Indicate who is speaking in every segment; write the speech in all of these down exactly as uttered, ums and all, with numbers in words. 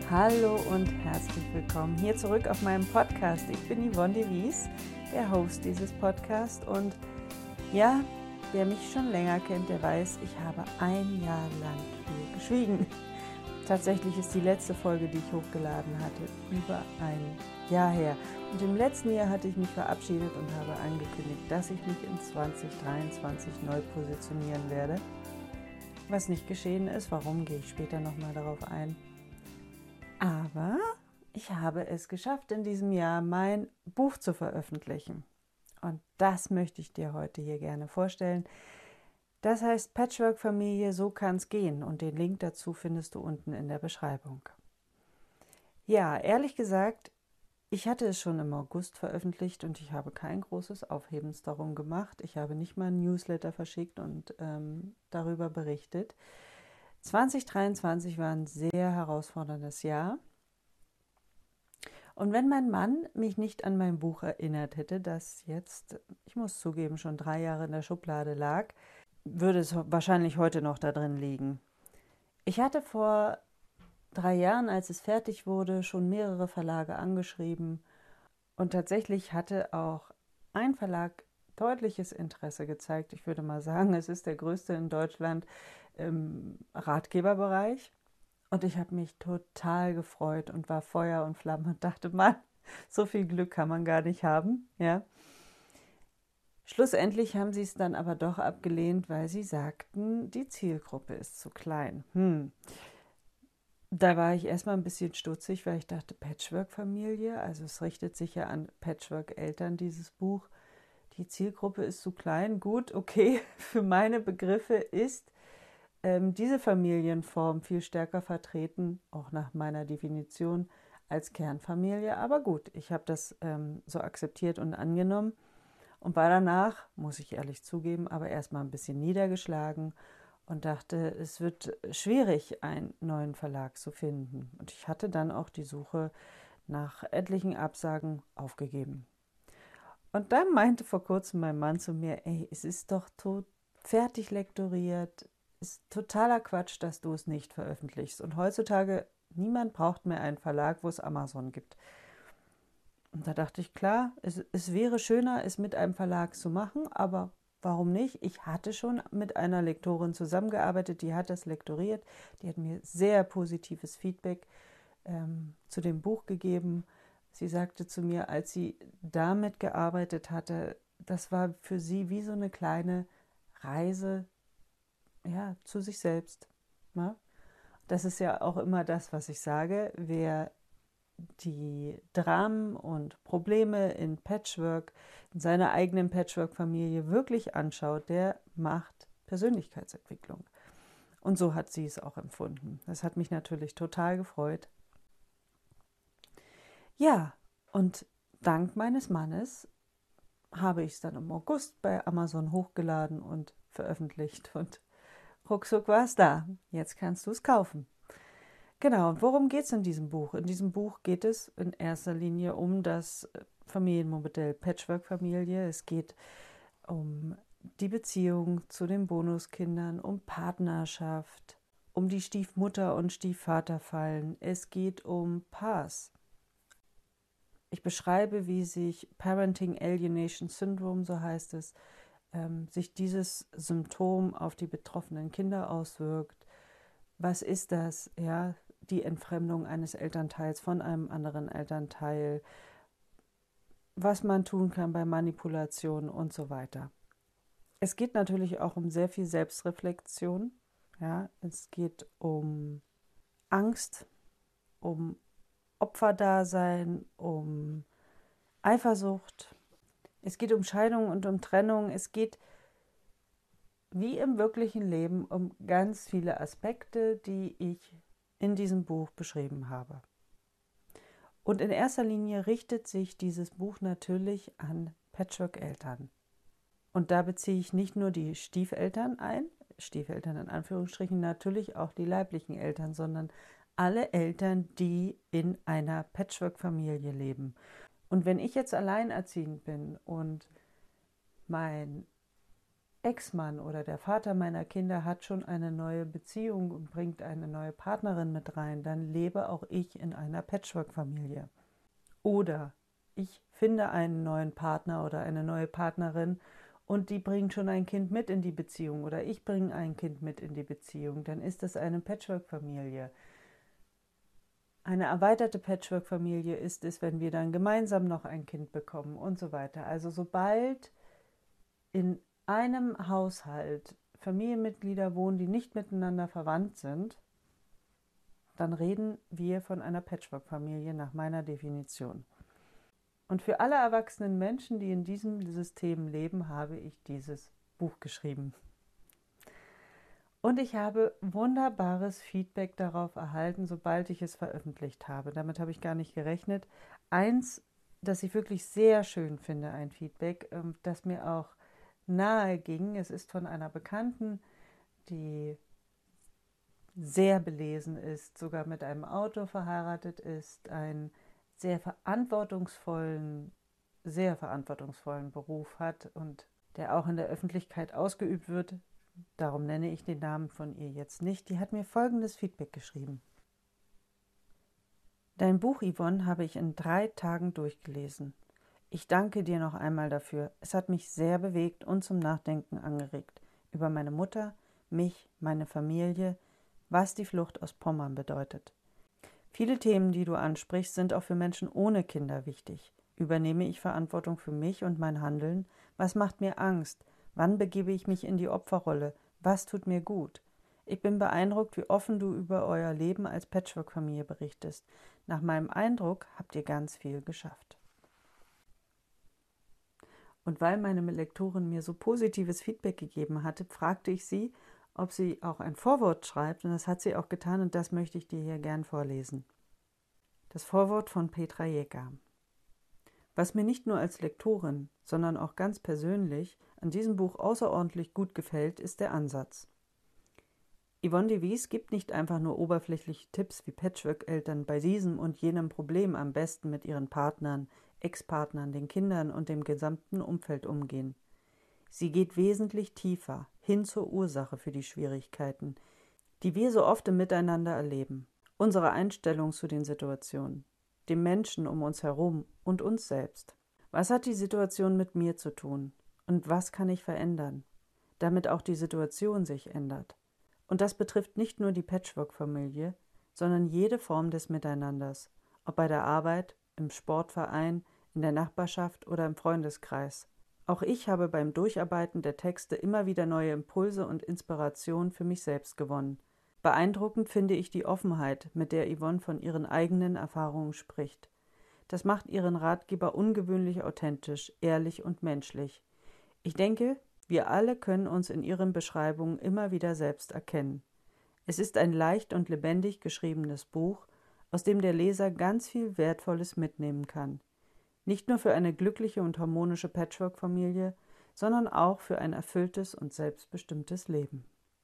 Speaker 1: Hallo und herzlich willkommen hier zurück auf meinem Podcast. Ich bin Yvonne de Vries, der Host dieses Podcasts, und ja, wer mich schon länger kennt, der weiß, ich habe ein Jahr lang hier geschwiegen. Tatsächlich ist die letzte Folge, die ich hochgeladen hatte, über ein Jahr her. Und im letzten Jahr hatte ich mich verabschiedet und habe angekündigt, dass ich mich in zwanzig dreiundzwanzig neu positionieren werde. Was nicht geschehen ist, warum, gehe ich später nochmal darauf ein. Aber ich habe es geschafft, in diesem Jahr mein Buch zu veröffentlichen. Und das möchte ich dir heute hier gerne vorstellen. Das heißt Patchwork-Familie, so kann's gehen. Und den Link dazu findest du unten in der Beschreibung. Ja, ehrlich gesagt, ich hatte es schon im August veröffentlicht und ich habe kein großes Aufhebens darum gemacht. Ich habe nicht mal ein Newsletter verschickt und ähm, darüber berichtet. zwanzig dreiundzwanzig war ein sehr herausforderndes Jahr. Und wenn mein Mann mich nicht an mein Buch erinnert hätte, das jetzt, ich muss zugeben, schon drei Jahre in der Schublade lag, würde es wahrscheinlich heute noch da drin liegen. Ich hatte vor drei Jahren, als es fertig wurde, schon mehrere Verlage angeschrieben. Und tatsächlich hatte auch ein Verlag deutliches Interesse gezeigt. Ich würde mal sagen, es ist der größte in Deutschland im Ratgeberbereich. Und ich habe mich total gefreut und war Feuer und Flamme und dachte, Mann, so viel Glück kann man gar nicht haben. Ja. Schlussendlich haben sie es dann aber doch abgelehnt, weil sie sagten, die Zielgruppe ist zu klein. Hm. Da war ich erstmal ein bisschen stutzig, weil ich dachte, Patchwork-Familie, also es richtet sich ja an Patchwork-Eltern, dieses Buch. Die Zielgruppe ist zu klein. Gut, okay, für meine Begriffe ist ähm, diese Familienform viel stärker vertreten, auch nach meiner Definition, als Kernfamilie. Aber gut, ich habe das ähm, so akzeptiert und angenommen und war danach, muss ich ehrlich zugeben, aber erstmal ein bisschen niedergeschlagen und dachte, es wird schwierig, einen neuen Verlag zu finden. Und ich hatte dann auch die Suche nach etlichen Absagen aufgegeben. Und dann meinte vor kurzem mein Mann zu mir, ey, es ist doch tot fertig lektoriert, ist totaler Quatsch, dass du es nicht veröffentlichst. Und heutzutage, niemand braucht mehr einen Verlag, wo es Amazon gibt. Und da dachte ich, klar, es, es wäre schöner, es mit einem Verlag zu machen, aber warum nicht? Ich hatte schon mit einer Lektorin zusammengearbeitet, die hat das lektoriert, die hat mir sehr positives Feedback ähm, zu dem Buch gegeben. Sie sagte zu mir, als sie damit gearbeitet hatte, das war für sie wie so eine kleine Reise, ja, zu sich selbst. Ja? Das ist ja auch immer das, was ich sage. Wer die Dramen und Probleme in Patchwork, in seiner eigenen Patchwork-Familie wirklich anschaut, der macht Persönlichkeitsentwicklung. Und so hat sie es auch empfunden. Das hat mich natürlich total gefreut. Ja, und dank meines Mannes habe ich es dann im August bei Amazon hochgeladen und veröffentlicht. Und ruckzuck war es da. Jetzt kannst du es kaufen. Genau, und worum geht es in diesem Buch? In diesem Buch geht es in erster Linie um das Familienmodell Patchwork-Familie. Es geht um die Beziehung zu den Bonuskindern, um Partnerschaft, um die Stiefmutter- und Stiefvaterfallen. Es geht um Paars. Ich beschreibe, wie sich Parenting Alienation Syndrome, so heißt es, ähm, sich dieses Symptom auf die betroffenen Kinder auswirkt. Was ist das? Ja, die Entfremdung eines Elternteils von einem anderen Elternteil, was man tun kann bei Manipulation und so weiter. Es geht natürlich auch um sehr viel Selbstreflexion. Ja, es geht um Angst, um Opferdasein, um Eifersucht. Es geht um Scheidung und um Trennung. Es geht wie im wirklichen Leben um ganz viele Aspekte, die ich in diesem Buch beschrieben habe. Und in erster Linie richtet sich dieses Buch natürlich an Patchwork-Eltern. Und da beziehe ich nicht nur die Stiefeltern ein, Stiefeltern in Anführungsstrichen, natürlich auch die leiblichen Eltern, sondern alle Eltern, die in einer Patchwork-Familie leben. Und wenn ich jetzt alleinerziehend bin und mein Ex-Mann oder der Vater meiner Kinder hat schon eine neue Beziehung und bringt eine neue Partnerin mit rein, dann lebe auch ich in einer Patchwork-Familie. Oder ich finde einen neuen Partner oder eine neue Partnerin und die bringen schon ein Kind mit in die Beziehung oder ich bringe ein Kind mit in die Beziehung, dann ist das eine Patchwork-Familie. Eine erweiterte Patchwork-Familie ist es, wenn wir dann gemeinsam noch ein Kind bekommen und so weiter. Also sobald in einem Haushalt Familienmitglieder wohnen, die nicht miteinander verwandt sind, dann reden wir von einer Patchwork-Familie nach meiner Definition. Und für alle erwachsenen Menschen, die in diesem System leben, habe ich dieses Buch geschrieben. Und ich habe wunderbares Feedback darauf erhalten, sobald ich es veröffentlicht habe. Damit habe ich gar nicht gerechnet. Eins, das ich wirklich sehr schön finde, ein Feedback, das mir auch nahe ging. Es ist von einer Bekannten, die sehr belesen ist, sogar mit einem Autor verheiratet ist, einen sehr verantwortungsvollen, sehr verantwortungsvollen Beruf hat und der auch in der Öffentlichkeit ausgeübt wird. Darum nenne ich den Namen von ihr jetzt nicht. Die hat mir folgendes Feedback geschrieben. Dein Buch, Yvonne, habe ich in drei Tagen durchgelesen. Ich danke dir noch einmal dafür. Es hat mich sehr bewegt und zum Nachdenken angeregt. Über meine Mutter, mich, meine Familie, was die Flucht aus Pommern bedeutet. Viele Themen, die du ansprichst, sind auch für Menschen ohne Kinder wichtig. Übernehme ich Verantwortung für mich und mein Handeln? Was macht mir Angst? Wann begebe ich mich in die Opferrolle? Was tut mir gut? Ich bin beeindruckt, wie offen du über euer Leben als Patchwork-Familie berichtest. Nach meinem Eindruck habt ihr ganz viel geschafft. Und weil meine Lektorin mir so positives Feedback gegeben hatte, fragte ich sie, ob sie auch ein Vorwort schreibt, und das hat sie auch getan, und das möchte ich dir hier gern vorlesen. Das Vorwort von Petra Jäger. Was mir nicht nur als Lektorin, sondern auch ganz persönlich an diesem Buch außerordentlich gut gefällt, ist der Ansatz. Yvonne de Vries gibt nicht einfach nur oberflächliche Tipps, wie Patchwork-Eltern bei diesem und jenem Problem am besten mit ihren Partnern, Ex-Partnern, den Kindern und dem gesamten Umfeld umgehen. Sie geht wesentlich tiefer, hin zur Ursache für die Schwierigkeiten, die wir so oft im Miteinander erleben, unsere Einstellung zu den Situationen, dem Menschen um uns herum und uns selbst. Was hat die Situation mit mir zu tun? Und was kann ich verändern, damit auch die Situation sich ändert? Und das betrifft nicht nur die Patchwork-Familie, sondern jede Form des Miteinanders, ob bei der Arbeit, im Sportverein, in der Nachbarschaft oder im Freundeskreis. Auch ich habe beim Durcharbeiten der Texte immer wieder neue Impulse und Inspiration für mich selbst gewonnen. Beeindruckend finde ich die Offenheit, mit der Yvonne von ihren eigenen Erfahrungen spricht. Das macht ihren Ratgeber ungewöhnlich authentisch, ehrlich und menschlich. Ich denke, wir alle können uns in ihren Beschreibungen immer wieder selbst erkennen. Es ist ein leicht und lebendig geschriebenes Buch, aus dem der Leser ganz viel Wertvolles mitnehmen kann. Nicht nur für eine glückliche und harmonische Patchwork-Familie, sondern auch für ein erfülltes und selbstbestimmtes Leben.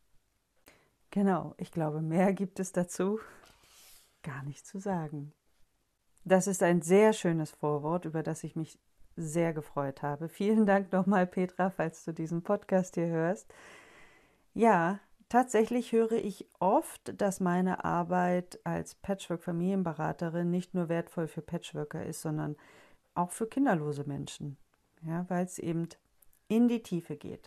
Speaker 1: Genau, ich glaube, mehr gibt es dazu gar nicht zu sagen. Das ist ein sehr schönes Vorwort, über das ich mich sehr gefreut habe. Vielen Dank nochmal, Petra, falls du diesen Podcast hier hörst. Ja, tatsächlich höre ich oft, dass meine Arbeit als Patchwork-Familienberaterin nicht nur wertvoll für Patchworker ist, sondern auch für kinderlose Menschen, ja, weil es eben in die Tiefe geht.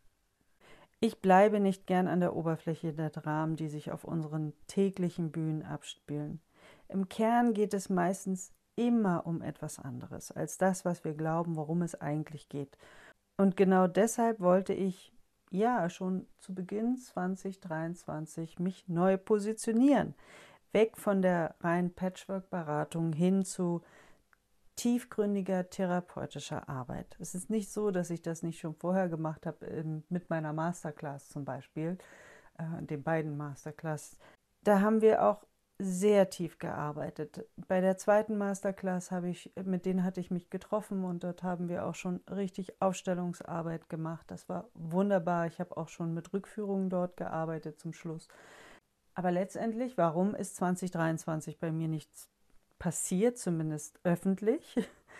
Speaker 1: Ich bleibe nicht gern an der Oberfläche der Dramen, die sich auf unseren täglichen Bühnen abspielen. Im Kern geht es meistens immer um etwas anderes als das, was wir glauben, worum es eigentlich geht. Und genau deshalb wollte ich ja schon zu Beginn zwanzig dreiundzwanzig mich neu positionieren. Weg von der reinen Patchwork-Beratung hin zu tiefgründiger therapeutischer Arbeit. Es ist nicht so, dass ich das nicht schon vorher gemacht habe, mit meiner Masterclass zum Beispiel, äh, den beiden Masterclass. Da haben wir auch sehr tief gearbeitet. Bei der zweiten Masterclass habe ich, mit denen hatte ich mich getroffen und dort haben wir auch schon richtig Aufstellungsarbeit gemacht. Das war wunderbar. Ich habe auch schon mit Rückführungen dort gearbeitet zum Schluss. Aber letztendlich, warum ist zwanzig dreiundzwanzig bei mir nichts passiert, zumindest öffentlich?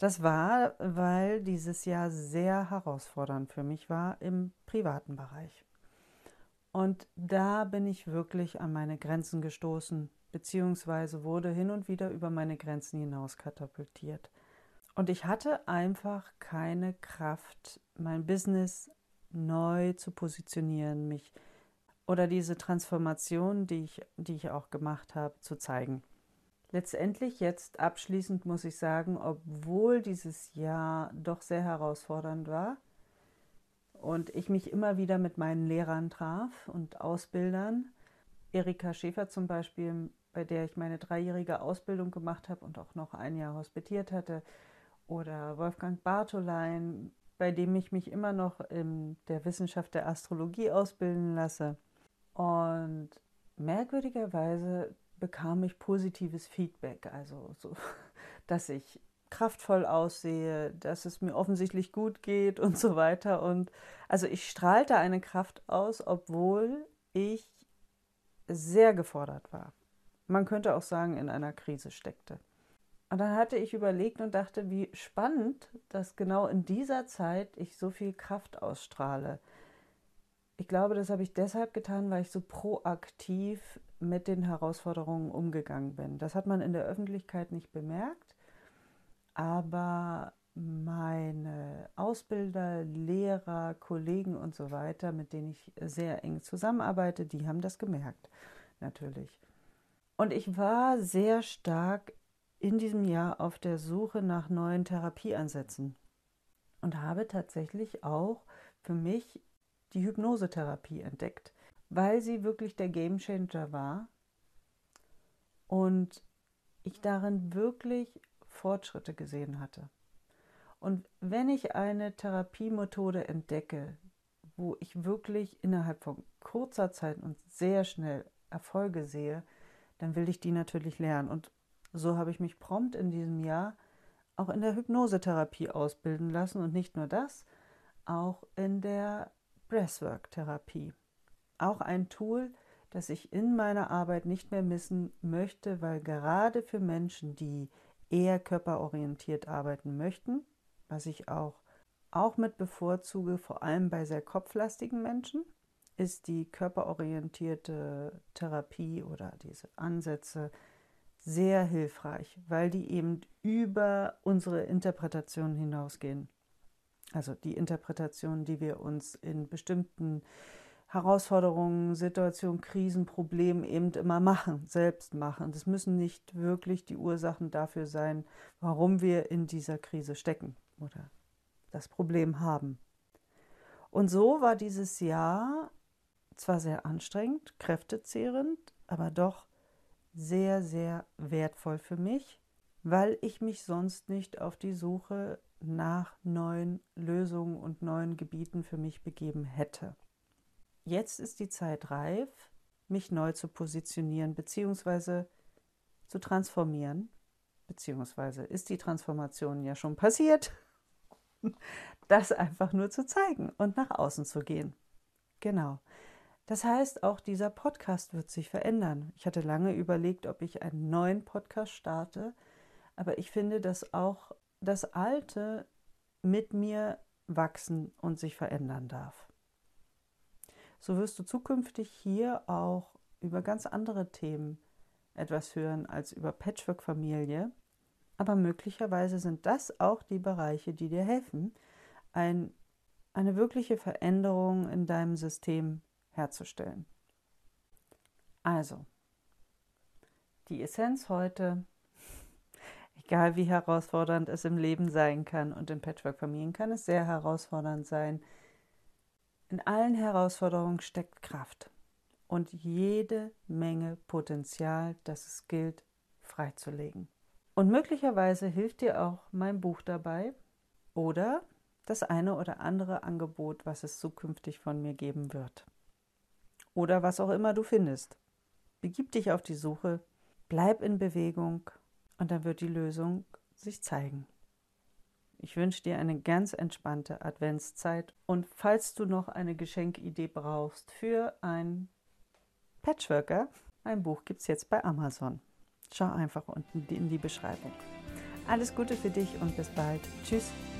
Speaker 1: Das war, weil dieses Jahr sehr herausfordernd für mich war im privaten Bereich. Und da bin ich wirklich an meine Grenzen gestoßen, beziehungsweise wurde hin und wieder über meine Grenzen hinaus katapultiert. Und ich hatte einfach keine Kraft, mein Business neu zu positionieren, mich oder diese Transformation, die ich, die ich auch gemacht habe, zu zeigen. Letztendlich jetzt abschließend muss ich sagen, obwohl dieses Jahr doch sehr herausfordernd war und ich mich immer wieder mit meinen Lehrern traf und Ausbildern, Erika Schäfer zum Beispiel, bei der ich meine dreijährige Ausbildung gemacht habe und auch noch ein Jahr hospitiert hatte, oder Wolfgang Bartolein, bei dem ich mich immer noch in der Wissenschaft der Astrologie ausbilden lasse. Und merkwürdigerweise bekam ich positives Feedback, also so, dass ich kraftvoll aussehe, dass es mir offensichtlich gut geht und so weiter. Und also ich strahlte eine Kraft aus, obwohl ich sehr gefordert war. Man könnte auch sagen, in einer Krise steckte. Und dann hatte ich überlegt und dachte, wie spannend, dass genau in dieser Zeit ich so viel Kraft ausstrahle. Ich glaube, das habe ich deshalb getan, weil ich so proaktiv mit den Herausforderungen umgegangen bin. Das hat man in der Öffentlichkeit nicht bemerkt, aber meine Ausbilder, Lehrer, Kollegen und so weiter, mit denen ich sehr eng zusammenarbeite, die haben das gemerkt, natürlich. Und ich war sehr stark in diesem Jahr auf der Suche nach neuen Therapieansätzen und habe tatsächlich auch für mich die Hypnosetherapie entdeckt, weil sie wirklich der Gamechanger war und ich darin wirklich Fortschritte gesehen hatte. Und wenn ich eine Therapiemethode entdecke, wo ich wirklich innerhalb von kurzer Zeit und sehr schnell Erfolge sehe, dann will ich die natürlich lernen. Und so habe ich mich prompt in diesem Jahr auch in der Hypnosetherapie ausbilden lassen und nicht nur das, auch in der Breathwork-Therapie. Auch ein Tool, das ich in meiner Arbeit nicht mehr missen möchte, weil gerade für Menschen, die eher körperorientiert arbeiten möchten, was ich auch, auch mit bevorzuge, vor allem bei sehr kopflastigen Menschen, ist die körperorientierte Therapie oder diese Ansätze sehr hilfreich, weil die eben über unsere Interpretation hinausgehen. Also die Interpretation, die wir uns in bestimmten Herausforderungen, Situationen, Krisen, Problemen eben immer machen, selbst machen. Das müssen nicht wirklich die Ursachen dafür sein, warum wir in dieser Krise stecken oder das Problem haben. Und so war dieses Jahr zwar sehr anstrengend, kräftezehrend, aber doch sehr, sehr wertvoll für mich, weil ich mich sonst nicht auf die Suche nach neuen Lösungen und neuen Gebieten für mich begeben hätte. Jetzt ist die Zeit reif, mich neu zu positionieren bzw. zu transformieren, beziehungsweise ist die Transformation ja schon passiert, das einfach nur zu zeigen und nach außen zu gehen. Genau. Das heißt, auch dieser Podcast wird sich verändern. Ich hatte lange überlegt, ob ich einen neuen Podcast starte, aber ich finde, dass auch das Alte mit mir wachsen und sich verändern darf. So wirst du zukünftig hier auch über ganz andere Themen etwas hören als über Patchwork-Familie, aber möglicherweise sind das auch die Bereiche, die dir helfen, ein, eine wirkliche Veränderung in deinem System herzustellen. Also, die Essenz heute, egal wie herausfordernd es im Leben sein kann und in Patchwork-Familien kann es sehr herausfordernd sein, in allen Herausforderungen steckt Kraft und jede Menge Potenzial, das es gilt freizulegen. Und möglicherweise hilft dir auch mein Buch dabei oder das eine oder andere Angebot, was es zukünftig von mir geben wird. Oder was auch immer du findest. Begib dich auf die Suche, bleib in Bewegung und dann wird die Lösung sich zeigen. Ich wünsche dir eine ganz entspannte Adventszeit und falls du noch eine Geschenkidee brauchst für einen Patchworker, ein Buch gibt es jetzt bei Amazon. Schau einfach unten in die Beschreibung. Alles Gute für dich und bis bald. Tschüss.